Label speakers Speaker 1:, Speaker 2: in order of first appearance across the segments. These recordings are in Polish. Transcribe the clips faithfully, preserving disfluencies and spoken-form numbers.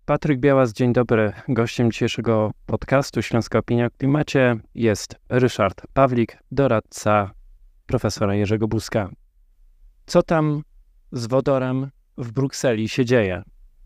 Speaker 1: Patryk Białas, dzień dobry. Gościem dzisiejszego podcastu Śląska Opinia o Klimacie jest Ryszard Pawlik, doradca profesora Jerzego Buzka. Co tam z wodorem w Brukseli się dzieje?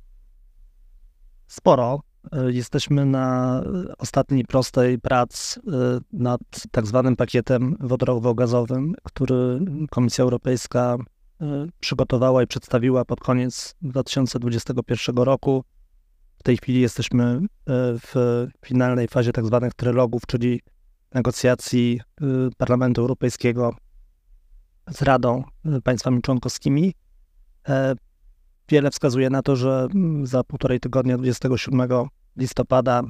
Speaker 2: Sporo. Jesteśmy na ostatniej prostej prac nad tak zwanym pakietem wodorowo-gazowym, który Komisja Europejska przygotowała i przedstawiła pod koniec dwa tysiące dwudziestego pierwszego roku. W tej chwili jesteśmy w finalnej fazie tak zwanych trylogów, czyli negocjacji Parlamentu Europejskiego z Radą, państwami członkowskimi. Wiele wskazuje na to, że za półtorej tygodnia, dwudziestego siódmego listopada,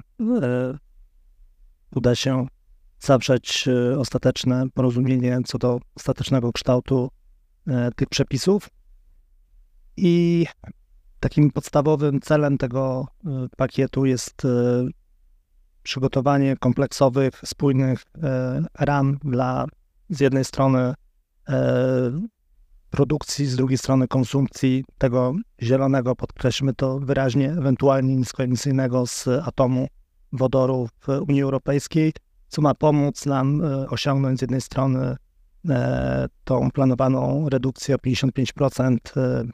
Speaker 2: uda się zawrzeć ostateczne porozumienie co do ostatecznego kształtu tych przepisów. I takim podstawowym celem tego pakietu jest przygotowanie kompleksowych, spójnych ram dla z jednej strony produkcji, z drugiej strony konsumpcji tego zielonego, podkreślmy to wyraźnie, ewentualnie niskoemisyjnego z atomu wodoru w Unii Europejskiej, co ma pomóc nam osiągnąć z jednej strony tą planowaną redukcję o pięćdziesiąt pięć procent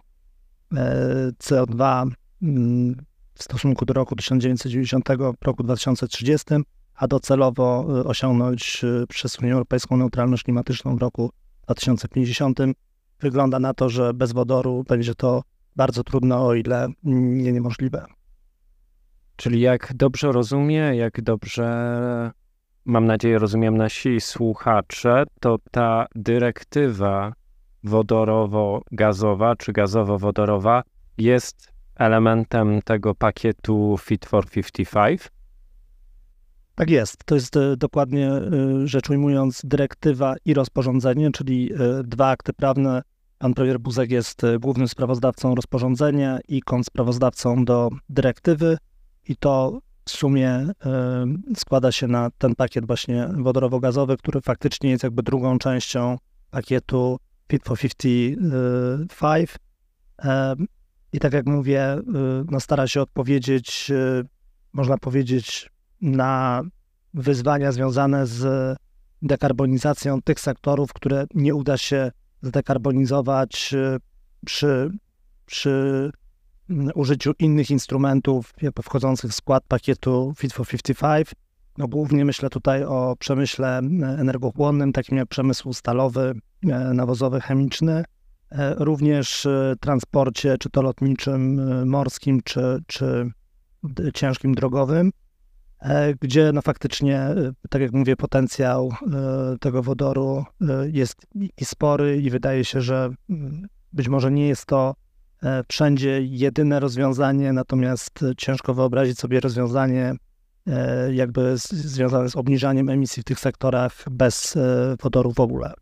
Speaker 2: C O dwa w stosunku do roku tysiąc dziewięćset dziewięćdziesiątego, w roku dwa tysiące trzydziestym, a docelowo osiągnąć przez Unię Europejską neutralność klimatyczną w roku dwa tysiące pięćdziesiątym. Wygląda na to, że bez wodoru będzie to bardzo trudno, o ile nie niemożliwe.
Speaker 1: Czyli jak dobrze rozumiem, jak dobrze, mam nadzieję, rozumiem nasi słuchacze, to ta dyrektywa wodorowo-gazowa czy gazowo-wodorowa jest elementem tego pakietu Fit for pięćdziesiąt pięć?
Speaker 2: Tak jest. To jest dokładnie, rzecz ujmując, dyrektywa i rozporządzenie, czyli dwa akty prawne. Pan premier Buzek jest głównym sprawozdawcą rozporządzenia i kontrsprawozdawcą do dyrektywy i to w sumie składa się na ten pakiet właśnie wodorowo-gazowy, który faktycznie jest jakby drugą częścią pakietu Fit for pięćdziesiąt pięć. I tak jak mówię, no stara się odpowiedzieć, można powiedzieć, na wyzwania związane z dekarbonizacją tych sektorów, które nie uda się zdekarbonizować przy, przy użyciu innych instrumentów jakby wchodzących w skład pakietu Fit for pięćdziesiąt pięć. No głównie myślę tutaj o przemyśle energochłonnym, takim jak przemysł stalowy, nawozowy, chemiczny, również transporcie, czy to lotniczym, morskim, czy, czy ciężkim drogowym, gdzie no faktycznie, tak jak mówię, potencjał tego wodoru jest i spory i wydaje się, że być może nie jest to wszędzie jedyne rozwiązanie, natomiast ciężko wyobrazić sobie rozwiązanie jakby związane z obniżaniem emisji w tych sektorach bez wodoru w ogóle.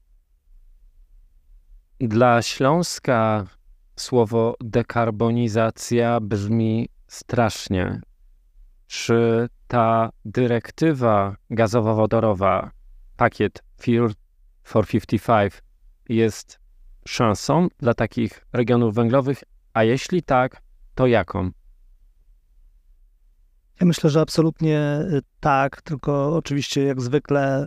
Speaker 1: Dla Śląska słowo dekarbonizacja brzmi strasznie. Czy ta dyrektywa gazowo-wodorowa, pakiet Fit for pięćdziesiąt pięć, jest szansą dla takich regionów węglowych, a jeśli tak, to jaką?
Speaker 2: Ja myślę, że absolutnie tak, tylko oczywiście jak zwykle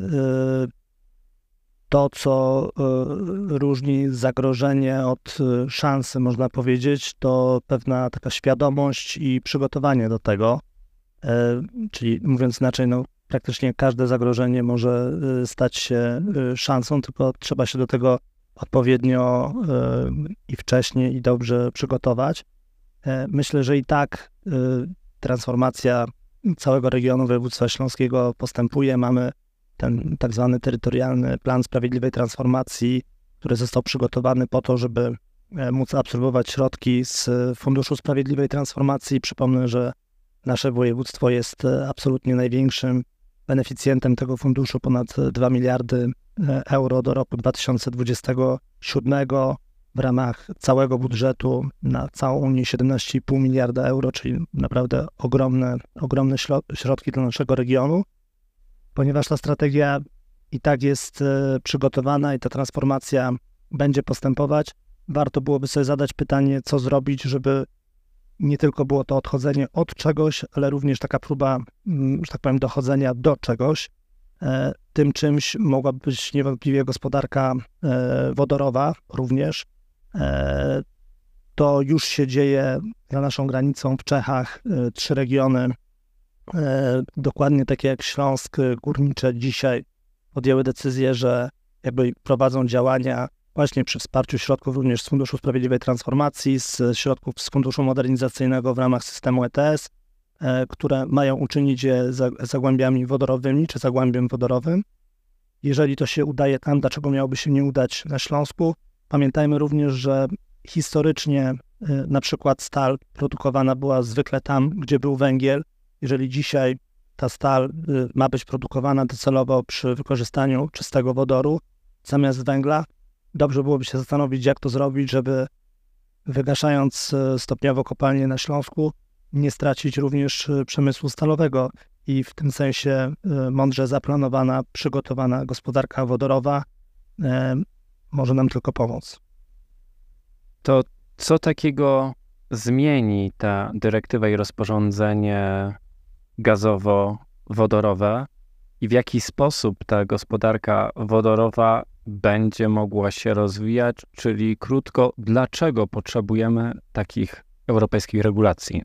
Speaker 2: to, co różni zagrożenie od szansy, można powiedzieć, to pewna taka świadomość i przygotowanie do tego. Czyli mówiąc inaczej, no, praktycznie każde zagrożenie może stać się szansą, tylko trzeba się do tego odpowiednio i wcześnie i dobrze przygotować. Myślę, że i tak transformacja całego regionu województwa śląskiego postępuje. Mamy ten tak zwany terytorialny plan sprawiedliwej transformacji, który został przygotowany po to, żeby móc absorbować środki z Funduszu Sprawiedliwej Transformacji. Przypomnę, że nasze województwo jest absolutnie największym beneficjentem tego funduszu, ponad dwa miliardy euro do roku dwa tysiące dwudziestego siódmego w ramach całego budżetu na całą Unię siedemnaście i pół miliarda euro, czyli naprawdę ogromne, ogromne środki dla naszego regionu. Ponieważ ta strategia i tak jest przygotowana i ta transformacja będzie postępować, warto byłoby sobie zadać pytanie, co zrobić, żeby nie tylko było to odchodzenie od czegoś, ale również taka próba, że tak powiem, dochodzenia do czegoś. Tym czymś mogła być niewątpliwie gospodarka wodorowa również. To już się dzieje za naszą granicą w Czechach. Trzy regiony, dokładnie takie jak Śląsk, górnicze, dzisiaj podjęły decyzję, że jakby prowadzą działania właśnie przy wsparciu środków również z Funduszu Sprawiedliwej Transformacji, z środków z Funduszu Modernizacyjnego w ramach systemu E T S, które mają uczynić je zagłębiami wodorowymi czy zagłębiem wodorowym. Jeżeli to się udaje tam, dlaczego miałoby się nie udać na Śląsku? Pamiętajmy również, że historycznie na przykład stal produkowana była zwykle tam, gdzie był węgiel. Jeżeli dzisiaj ta stal ma być produkowana docelowo przy wykorzystaniu czystego wodoru zamiast węgla, dobrze byłoby się zastanowić, jak to zrobić, żeby wygaszając stopniowo kopalnie na Śląsku, nie stracić również przemysłu stalowego i w tym sensie mądrze zaplanowana, przygotowana gospodarka wodorowa może nam tylko pomóc.
Speaker 1: To co takiego zmieni ta dyrektywa i rozporządzenie gazowo-wodorowe i w jaki sposób ta gospodarka wodorowa będzie mogła się rozwijać, czyli krótko, dlaczego potrzebujemy takich europejskich regulacji?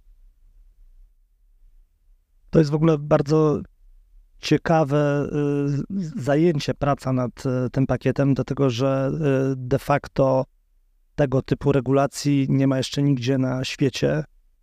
Speaker 2: To jest w ogóle bardzo ciekawe zajęcie, praca nad tym pakietem, dlatego że de facto tego typu regulacji nie ma jeszcze nigdzie na świecie,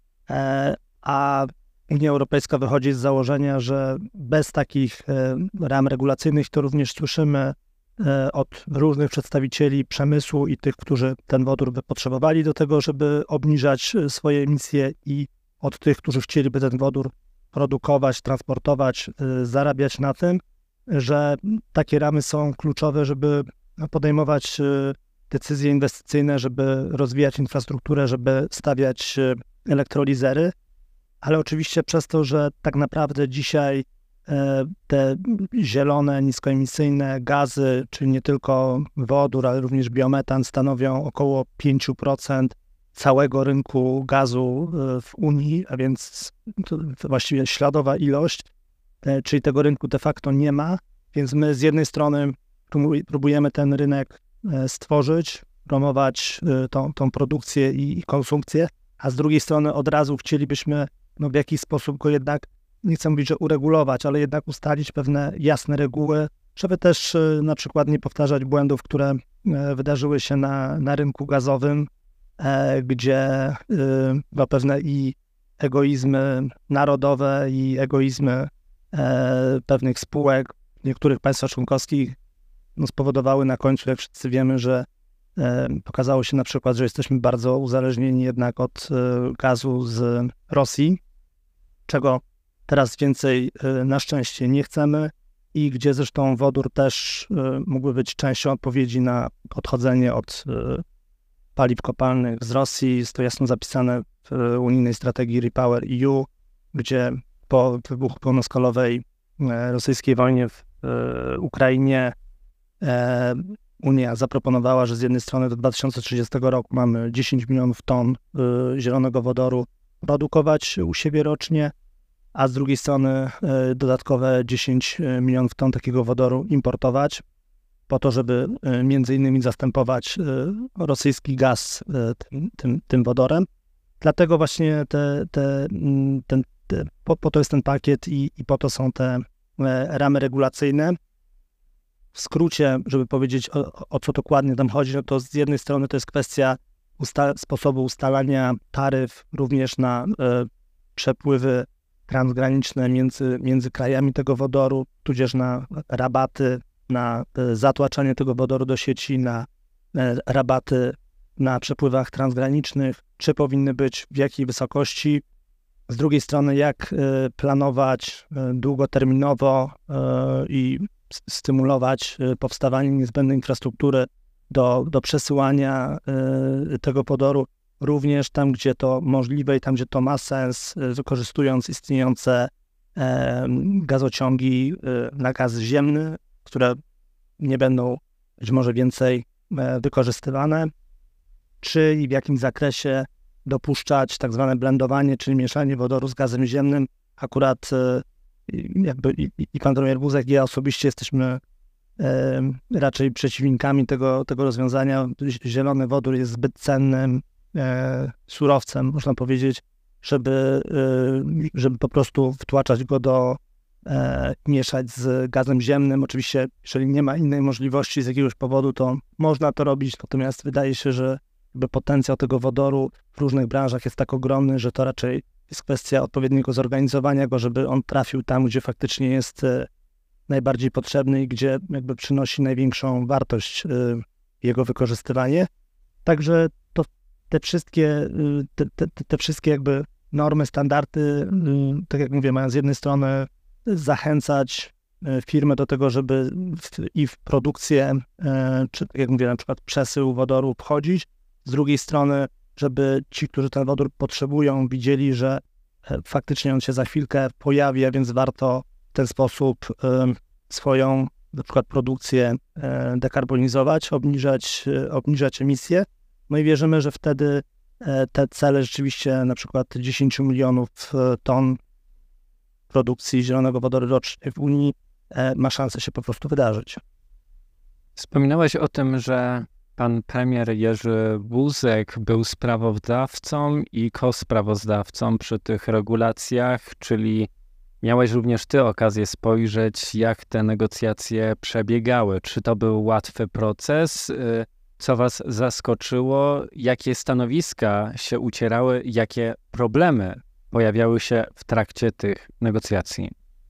Speaker 2: a Unia Europejska wychodzi z założenia, że bez takich ram regulacyjnych, to również słyszymy od różnych przedstawicieli przemysłu i tych, którzy ten wodór by potrzebowali do tego, żeby obniżać swoje emisje, i od tych, którzy chcieliby ten wodór produkować, transportować, zarabiać na tym, że takie ramy są kluczowe, żeby podejmować decyzje inwestycyjne, żeby rozwijać infrastrukturę, żeby stawiać elektrolizery, ale oczywiście przez to, że tak naprawdę dzisiaj te zielone, niskoemisyjne gazy, czyli nie tylko wodór, ale również biometan stanowią około pięć procent całego rynku gazu w Unii, a więc to właściwie śladowa ilość, czyli tego rynku de facto nie ma, więc my z jednej strony próbujemy ten rynek stworzyć, promować tą, tą produkcję i konsumpcję, a z drugiej strony od razu chcielibyśmy no, w jakiś sposób go jednak, nie chcę mówić, że uregulować, ale jednak ustalić pewne jasne reguły, żeby też na przykład nie powtarzać błędów, które wydarzyły się na, na rynku gazowym, gdzie no, pewne i egoizmy narodowe, i egoizmy pewnych spółek niektórych państw członkowskich no, spowodowały na końcu, jak wszyscy wiemy, że pokazało się na przykład, że jesteśmy bardzo uzależnieni jednak od gazu z Rosji, czego teraz więcej na szczęście nie chcemy i gdzie zresztą wodór też mógłby być częścią odpowiedzi na odchodzenie od paliw kopalnych z Rosji. Jest to jasno zapisane w unijnej strategii Repower E U, gdzie po wybuchu pełnoskalowej rosyjskiej wojnie w Ukrainie Unia zaproponowała, że z jednej strony do dwa tysiące trzydziestego roku mamy dziesięć milionów ton zielonego wodoru produkować u siebie rocznie, a z drugiej strony dodatkowe dziesięć milionów ton takiego wodoru importować, po to, żeby między innymi zastępować rosyjski gaz tym, tym, tym wodorem. Dlatego właśnie te, te, ten, te, po, po to jest ten pakiet i, i po to są te ramy regulacyjne. W skrócie, żeby powiedzieć, o, o co dokładnie tam chodzi, no to z jednej strony to jest kwestia usta- sposobu ustalania taryf również na e, przepływy transgraniczne między, między krajami tego wodoru, tudzież na rabaty, na e, zatłaczanie tego wodoru do sieci, na e, rabaty na przepływach transgranicznych, czy powinny być, w jakiej wysokości. Z drugiej strony, jak e, planować e, długoterminowo e, i stymulować powstawanie niezbędnej infrastruktury do, do przesyłania y, tego wodoru również tam, gdzie to możliwe i tam, gdzie to ma sens, y, wykorzystując istniejące y, gazociągi y, na gaz ziemny, które nie będą być może więcej y, wykorzystywane, czy i w jakim zakresie dopuszczać tak zwane blendowanie, czyli mieszanie wodoru z gazem ziemnym. Akurat jakby i, i pan premier Buzek, i ja osobiście jesteśmy e, raczej przeciwnikami tego, tego rozwiązania. Zielony wodór jest zbyt cennym e, surowcem, można powiedzieć, żeby, e, żeby po prostu wtłaczać go do, e, mieszać z gazem ziemnym. Oczywiście, jeżeli nie ma innej możliwości z jakiegoś powodu, to można to robić, natomiast wydaje się, że jakby potencjał tego wodoru w różnych branżach jest tak ogromny, że to raczej jest kwestia odpowiedniego zorganizowania go, żeby on trafił tam, gdzie faktycznie jest e, najbardziej potrzebny i gdzie jakby przynosi największą wartość e, jego wykorzystywanie. Także to te wszystkie, te, te, te wszystkie jakby normy, standardy, tak jak mówię, mają z jednej strony zachęcać firmy do tego, żeby w, i w produkcję, czy tak jak mówię, na przykład przesył wodoru wchodzić, z drugiej strony, żeby ci, którzy ten wodór potrzebują, widzieli, że faktycznie on się za chwilkę pojawia, więc warto w ten sposób swoją na przykład produkcję dekarbonizować, obniżać, obniżać emisje. No i wierzymy, że wtedy te cele rzeczywiście na przykład dziesięć milionów ton produkcji zielonego wodoru rocznie w Unii ma szansę się po prostu wydarzyć.
Speaker 1: Wspominałeś o tym, że pan premier Jerzy Buzek był sprawozdawcą i kosprawozdawcą przy tych regulacjach, czyli miałeś również ty okazję spojrzeć, jak te negocjacje przebiegały. Czy to był łatwy proces? Co was zaskoczyło? Jakie stanowiska się ucierały? Jakie problemy pojawiały się w trakcie tych negocjacji?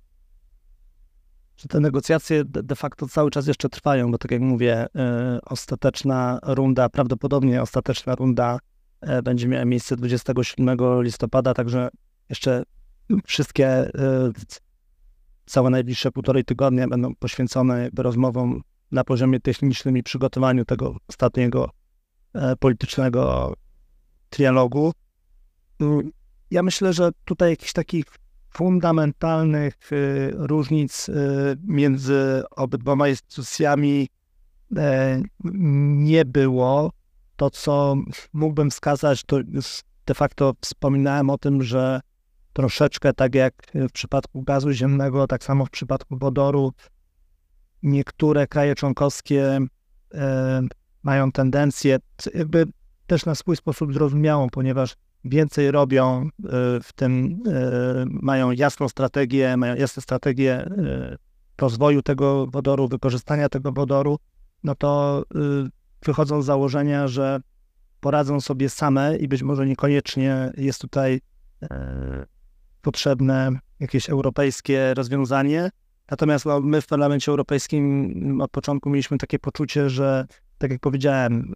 Speaker 2: Te negocjacje de facto cały czas jeszcze trwają, bo tak jak mówię, y, ostateczna runda, prawdopodobnie ostateczna runda y, będzie miała miejsce dwudziestego siódmego listopada, także jeszcze wszystkie, y, całe najbliższe półtorej tygodnia będą poświęcone jakby rozmowom na poziomie technicznym i przygotowaniu tego ostatniego y, politycznego trialogu. Y, ja myślę, że tutaj jakichś takich fundamentalnych y, różnic y, między obydwoma instytucjami y, nie było. To, co mógłbym wskazać, to już de facto wspominałem o tym, że troszeczkę tak jak w przypadku gazu ziemnego, tak samo w przypadku wodoru, niektóre kraje członkowskie y, mają tendencję, jakby też na swój sposób zrozumiałą, ponieważ więcej robią w tym, mają jasną strategię, mają jasne strategie rozwoju tego wodoru, wykorzystania tego wodoru, no to wychodzą z założenia, że poradzą sobie same i być może niekoniecznie jest tutaj potrzebne jakieś europejskie rozwiązanie. Natomiast no, my w Parlamencie Europejskim od początku mieliśmy takie poczucie, że tak jak powiedziałem,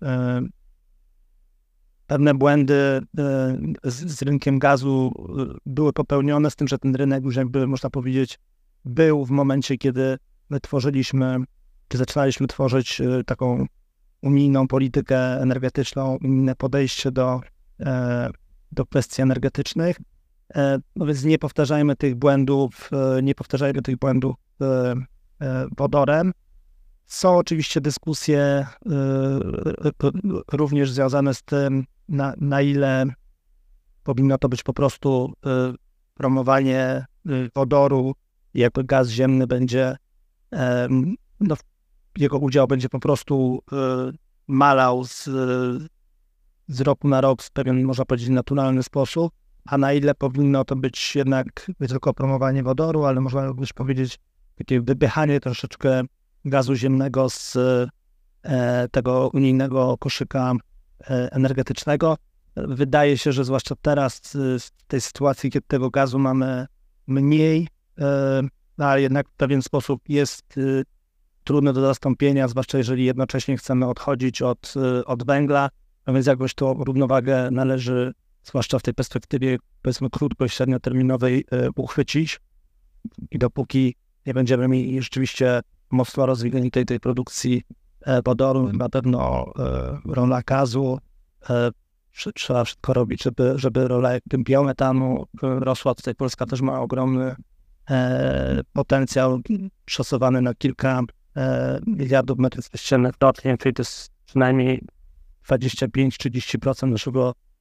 Speaker 2: pewne błędy z, z rynkiem gazu były popełnione, z tym, że ten rynek już jakby, można powiedzieć, był w momencie, kiedy my tworzyliśmy, czy zaczynaliśmy tworzyć taką unijną politykę energetyczną, unijne podejście do, do kwestii energetycznych. No więc nie powtarzajmy tych błędów, nie powtarzajmy tych błędów wodorem. Są oczywiście dyskusje y, również związane z tym, na, na ile powinno to być po prostu y, promowanie y, wodoru, jakby gaz ziemny będzie, y, no, jego udział będzie po prostu y, malał z, z roku na rok w pewien, można powiedzieć, naturalny sposób, a na ile powinno to być jednak nie tylko promowanie wodoru, ale można również powiedzieć takie wypychanie troszeczkę gazu ziemnego z e, tego unijnego koszyka e, energetycznego. Wydaje się, że zwłaszcza teraz w tej sytuacji, kiedy tego gazu mamy mniej, e, ale jednak w pewien sposób jest e, trudny do zastąpienia, zwłaszcza jeżeli jednocześnie chcemy odchodzić od, e, od węgla, a więc jakoś tą równowagę należy, zwłaszcza w tej perspektywie, powiedzmy, krótko- i średnioterminowej e, uchwycić. I dopóki nie będziemy mieli rzeczywiście mocno rozwiniętej tej produkcji wodoru, na pewno e, rola gazu, e, trzeba wszystko robić, żeby, żeby rola biometanu rosła. Tutaj Polska też ma ogromny e, potencjał szacowany na kilka e, miliardów metrów sześciennych rocznie, czyli to jest przynajmniej dwadzieścia pięć do trzydziestu procent naszego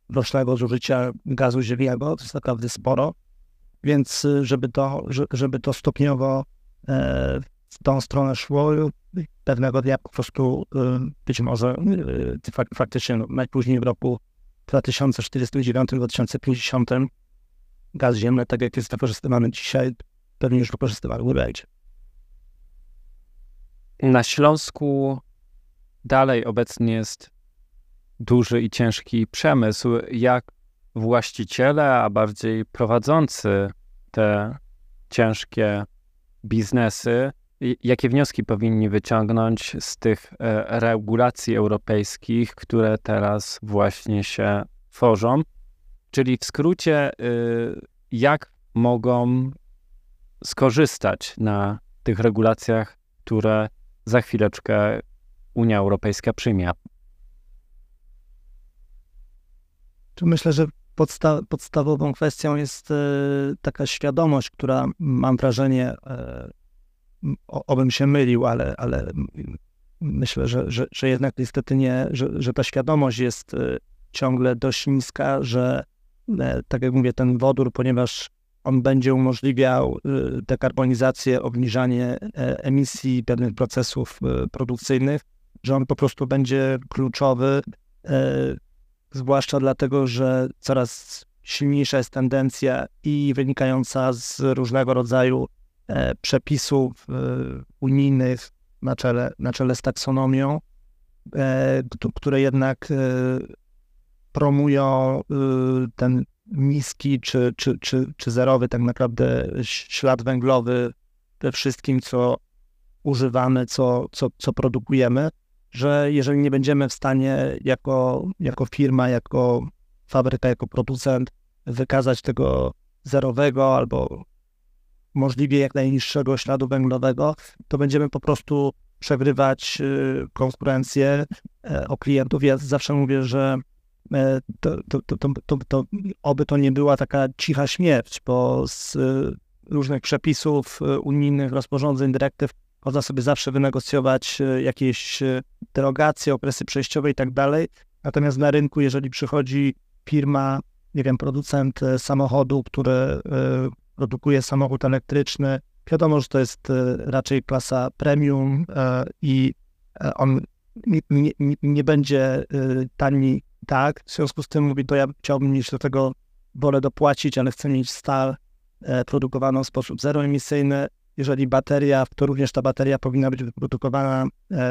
Speaker 2: rocznego zużycia gazu ziemnego, to jest naprawdę sporo, więc żeby to, żeby to stopniowo w tą stronę szło, pewnego dnia po prostu być może faktycznie no, najpóźniej w roku dwa tysiące czterdziestym dziewiątym do dwa tysiące pięćdziesiątym gaz ziemny, tak jak jest wykorzystywany dzisiaj, pewnie już wykorzystywany nie będzie.
Speaker 1: Na Śląsku dalej obecnie jest duży i ciężki przemysł. Jak właściciele, a bardziej prowadzący te ciężkie biznesy, jakie wnioski powinni wyciągnąć z tych regulacji europejskich, które teraz właśnie się tworzą? Czyli w skrócie, jak mogą skorzystać na tych regulacjach, które za chwileczkę Unia Europejska przyjmie?
Speaker 2: Myślę, że podsta- podstawową kwestią jest e, taka świadomość, która mam wrażenie, e, o, obym się mylił, ale, ale myślę, że, że, że jednak niestety nie, że, że ta świadomość jest e, ciągle dość niska, że e, tak jak mówię, ten wodór, ponieważ on będzie umożliwiał e, dekarbonizację, obniżanie e, emisji pewnych procesów e, produkcyjnych, że on po prostu będzie kluczowy, e, zwłaszcza dlatego, że coraz silniejsza jest tendencja i wynikająca z różnego rodzaju e, przepisów e, unijnych na czele, na czele z taksonomią, e, które jednak e, promują e, ten niski czy, czy, czy, czy zerowy tak naprawdę ślad węglowy we wszystkim, co używamy, co, co, co produkujemy, że jeżeli nie będziemy w stanie jako, jako firma, jako fabryka, jako producent wykazać tego zerowego albo możliwie jak najniższego śladu węglowego, to będziemy po prostu przegrywać konkurencję o klientów. Ja zawsze mówię, że to, to, to, to, to, to oby to nie była taka cicha śmierć, bo z różnych przepisów unijnych, rozporządzeń, dyrektyw można sobie zawsze wynegocjować jakieś derogacje, okresy przejściowe i tak dalej. Natomiast na rynku, jeżeli przychodzi firma, nie wiem, producent samochodu, który produkuje samochód elektryczny, wiadomo, że to jest raczej klasa premium i on nie, nie, nie będzie tani, tak. W związku z tym mówi, to ja chciałbym mieć do tego, wolę dopłacić, ale chcę mieć stal produkowaną w sposób zeroemisyjny. Jeżeli bateria, to również ta bateria powinna być wyprodukowana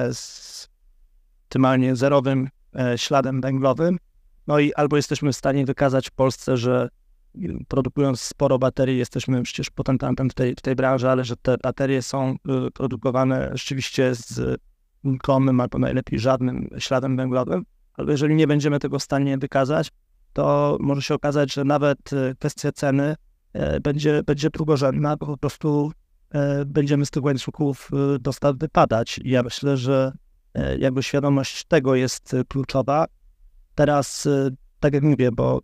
Speaker 2: z optymalnie zerowym śladem węglowym. No i albo jesteśmy w stanie wykazać w Polsce, że produkując sporo baterii, jesteśmy przecież potentantem w tej, w tej branży, ale że te baterie są produkowane rzeczywiście z znikomym albo najlepiej żadnym śladem węglowym. Ale jeżeli nie będziemy tego w stanie wykazać, to może się okazać, że nawet kwestia ceny będzie, będzie drugorzędna, bo po prostu będziemy z tych łańcuchów dostaw wypadać. I ja myślę, że jakby świadomość tego jest kluczowa. Teraz, tak jak mówię, bo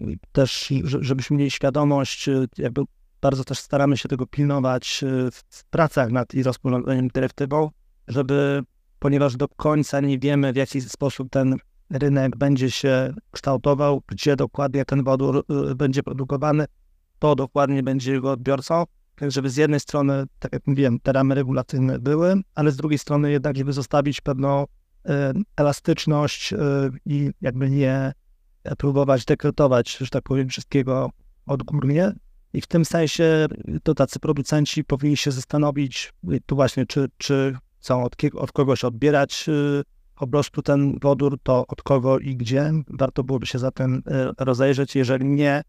Speaker 2: też, żebyśmy mieli świadomość, jakby bardzo też staramy się tego pilnować w pracach nad i rozporządzeniem dyrektywą, żeby, ponieważ do końca nie wiemy, w jaki sposób ten rynek będzie się kształtował, gdzie dokładnie ten wodór będzie produkowany, to dokładnie będzie jego odbiorcą. Tak, żeby z jednej strony, tak jak mówiłem, te ramy regulacyjne były, ale z drugiej strony jednak, żeby zostawić pewną e, elastyczność e, i jakby nie próbować dekretować, że tak powiem, wszystkiego odgórnie. I w tym sensie to tacy producenci powinni się zastanowić, tu właśnie, czy, czy chcą od, od kogoś odbierać e, po prostu ten wodór, to od kogo i gdzie. Warto byłoby się zatem e, rozejrzeć, jeżeli nie,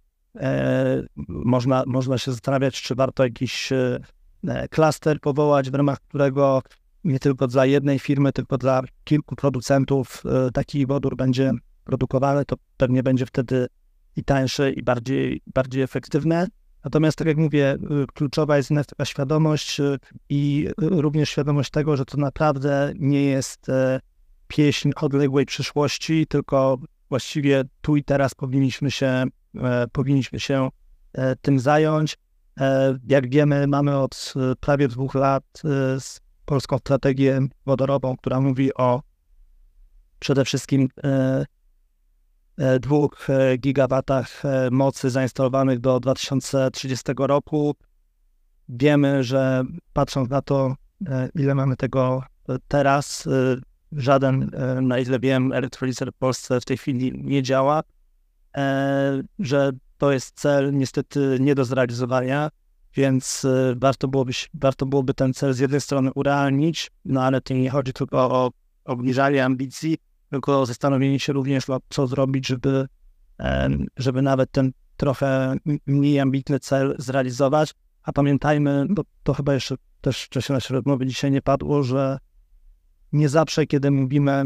Speaker 2: E, można, można się zastanawiać, czy warto jakiś e, klaster powołać, w ramach którego nie tylko dla jednej firmy, tylko dla kilku producentów e, taki wodór będzie produkowany, to pewnie będzie wtedy i tańsze, i bardziej, bardziej efektywne. Natomiast, tak jak mówię, kluczowa jest jednak taka świadomość e, i również świadomość tego, że to naprawdę nie jest e, pieśń odległej przyszłości, tylko właściwie tu i teraz powinniśmy się E, powinniśmy się e, tym zająć. E, jak wiemy, mamy od e, prawie dwóch lat e, polską strategię wodorową, która mówi o przede wszystkim e, dwóch gigawatach mocy zainstalowanych do dwa tysiące trzydziestego roku. Wiemy, że patrząc na to, ile mamy tego teraz, żaden, na ile wiem, elektrolizer w Polsce w tej chwili nie działa, że to jest cel niestety nie do zrealizowania, więc warto byłoby, warto byłoby ten cel z jednej strony urealnić, no ale to nie chodzi tylko o obniżanie ambicji, tylko o zastanowienie się również, co zrobić, żeby, żeby nawet ten trochę mniej ambitny cel zrealizować. A pamiętajmy, bo to chyba jeszcze też w czasie naszej rozmowy dzisiaj nie padło, że nie zawsze, kiedy mówimy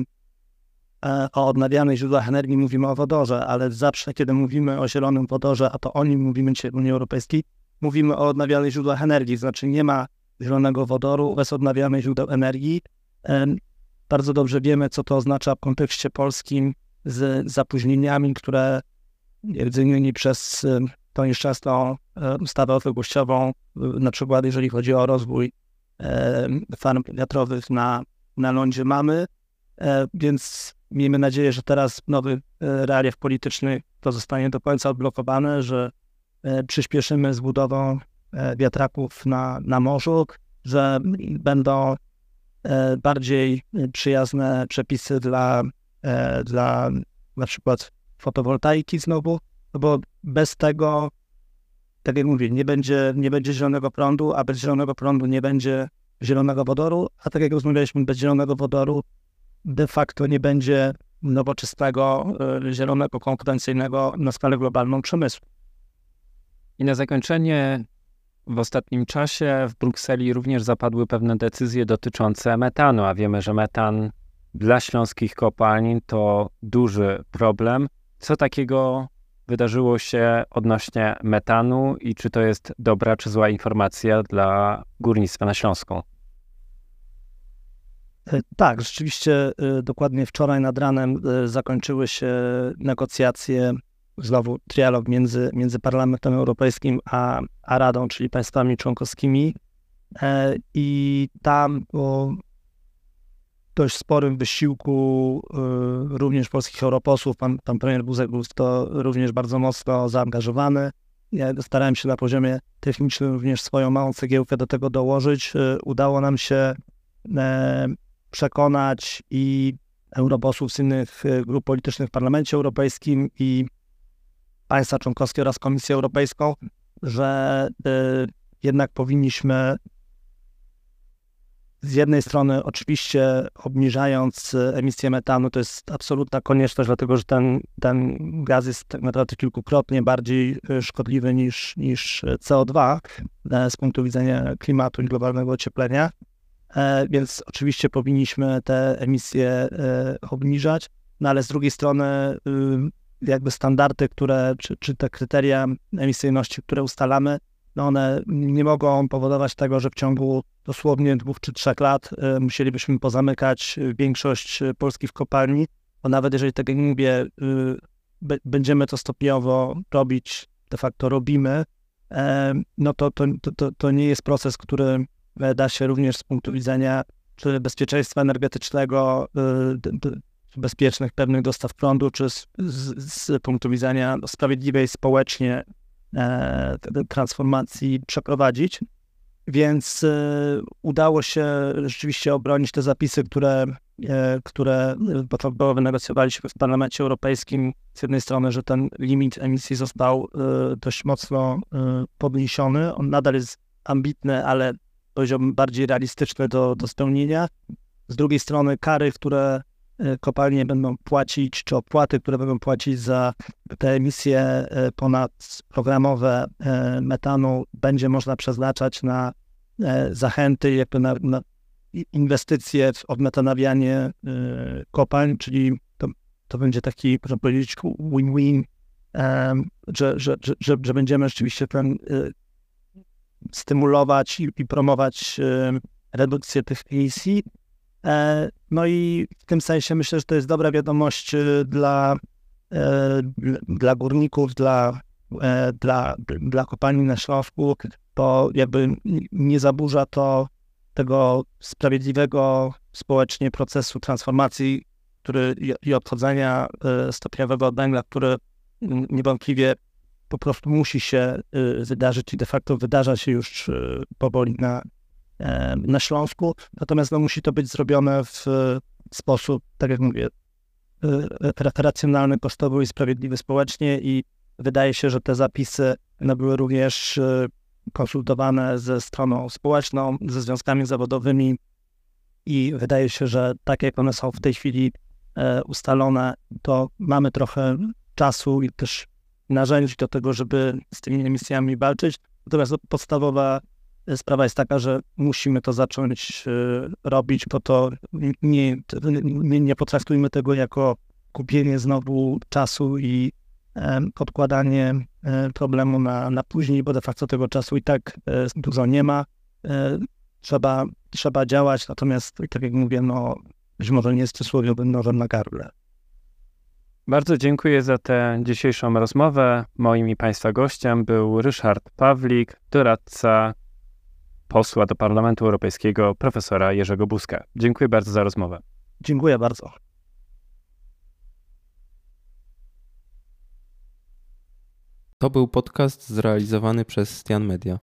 Speaker 2: o odnawialnych źródłach energii, mówimy o wodorze, ale zawsze, kiedy mówimy o zielonym wodorze, a to o nim mówimy dzisiaj w Unii Europejskiej, mówimy o odnawialnych źródłach energii, znaczy nie ma zielonego wodoru bez odnawialnych źródeł energii. Bardzo dobrze wiemy, co to oznacza w kontekście polskim z zapóźnieniami, które między innymi przez tą nieszczęsną ustawę odległościową, na przykład jeżeli chodzi o rozwój farm wiatrowych na, na lądzie mamy, więc miejmy nadzieję, że teraz w nowych realiach politycznych to zostanie do końca odblokowane, że przyspieszymy z budową wiatraków na, na morzu, że będą bardziej przyjazne przepisy dla, dla na przykład fotowoltaiki znowu, no bo bez tego, tak jak mówię, nie będzie, nie będzie zielonego prądu, a bez zielonego prądu nie będzie zielonego wodoru, a tak jak rozmawialiśmy, bez zielonego wodoru de facto nie będzie nowoczesnego, zielonego, konkurencyjnego na skalę globalną przemysłu.
Speaker 1: I na zakończenie, w ostatnim czasie w Brukseli również zapadły pewne decyzje dotyczące metanu, a wiemy, że metan dla śląskich kopalń to duży problem. Co takiego wydarzyło się odnośnie metanu i czy to jest dobra czy zła informacja dla górnictwa na Śląsku?
Speaker 2: Tak, rzeczywiście dokładnie wczoraj nad ranem zakończyły się negocjacje, znowu trialog między, między Parlamentem Europejskim a, a Radą, czyli państwami członkowskimi. I tam po dość sporym wysiłku również polskich europosłów, pan, pan premier Buzek był w to również bardzo mocno zaangażowany. Ja starałem się na poziomie technicznym również swoją małą cegiełkę do tego dołożyć. Udało nam się przekonać i europosłów z innych grup politycznych w Parlamencie Europejskim i państwa członkowskie oraz Komisję Europejską, że jednak powinniśmy z jednej strony oczywiście obniżając emisję metanu, to jest absolutna konieczność, dlatego że ten, ten gaz jest tak naprawdę kilkukrotnie bardziej szkodliwy niż, niż C O dwa z punktu widzenia klimatu i globalnego ocieplenia, więc oczywiście powinniśmy te emisje obniżać, no ale z drugiej strony jakby standardy, które, czy, czy te kryteria emisyjności, które ustalamy, no one nie mogą powodować tego, że w ciągu dosłownie dwóch czy trzech lat y, musielibyśmy pozamykać większość polskich kopalni, bo nawet jeżeli, tak jak mówię, y, b- będziemy to stopniowo robić, de facto robimy, y, no to, to, to, to nie jest proces, który da się również z punktu widzenia czy bezpieczeństwa energetycznego, y, bezpiecznych, pewnych dostaw prądu, czy z, z, z punktu widzenia sprawiedliwej społecznie e, transformacji przeprowadzić. Więc e, udało się rzeczywiście obronić te zapisy, które, e, które początkowo wynegocjowaliśmy w Parlamencie Europejskim. Z jednej strony, że ten limit emisji został e, dość mocno e, podniesiony. On nadal jest ambitny, ale powiedziałbym bardziej realistyczny do, do spełnienia. Z drugiej strony kary, które kopalnie będą płacić, czy opłaty, które będą płacić za te emisje ponadprogramowe metanu, będzie można przeznaczać na zachęty, jakby na, na inwestycje w odmetanawianie kopalń, czyli to, to będzie taki, można powiedzieć, win-win, że, że, że, że będziemy rzeczywiście ten, stymulować i, i promować redukcję tych emisji. No i w tym sensie myślę, że to jest dobra wiadomość dla, dla górników, dla, dla, dla kopalni na Śląsku, bo jakby nie zaburza to tego sprawiedliwego społecznie procesu transformacji, który, i odchodzenia stopniowego od węgla, który niewątpliwie po prostu musi się wydarzyć i de facto wydarza się już powoli na, na Śląsku. Natomiast no, musi to być zrobione w sposób, tak jak mówię, racjonalny, kosztowy i sprawiedliwy społecznie i wydaje się, że te zapisy no, były również konsultowane ze stroną społeczną, ze związkami zawodowymi i wydaje się, że tak jak one są w tej chwili ustalone, to mamy trochę czasu i też narzędzi do tego, żeby z tymi emisjami walczyć. Natomiast podstawowa sprawa jest taka, że musimy to zacząć robić, bo to nie, nie, nie potraktujmy tego jako kupienie znowu czasu i odkładanie problemu na, na później, bo de facto tego czasu i tak dużo nie ma. Trzeba, trzeba działać, natomiast tak jak mówię, no być może nie jest przysłowiowym nożem na gardle.
Speaker 1: Bardzo dziękuję za tę dzisiejszą rozmowę. Moim i Państwa gościem był Ryszard Pawlik, doradca posła do Parlamentu Europejskiego, profesora Jerzego Buzka. Dziękuję bardzo za rozmowę.
Speaker 2: Dziękuję bardzo.
Speaker 3: To był podcast zrealizowany przez Stian Media.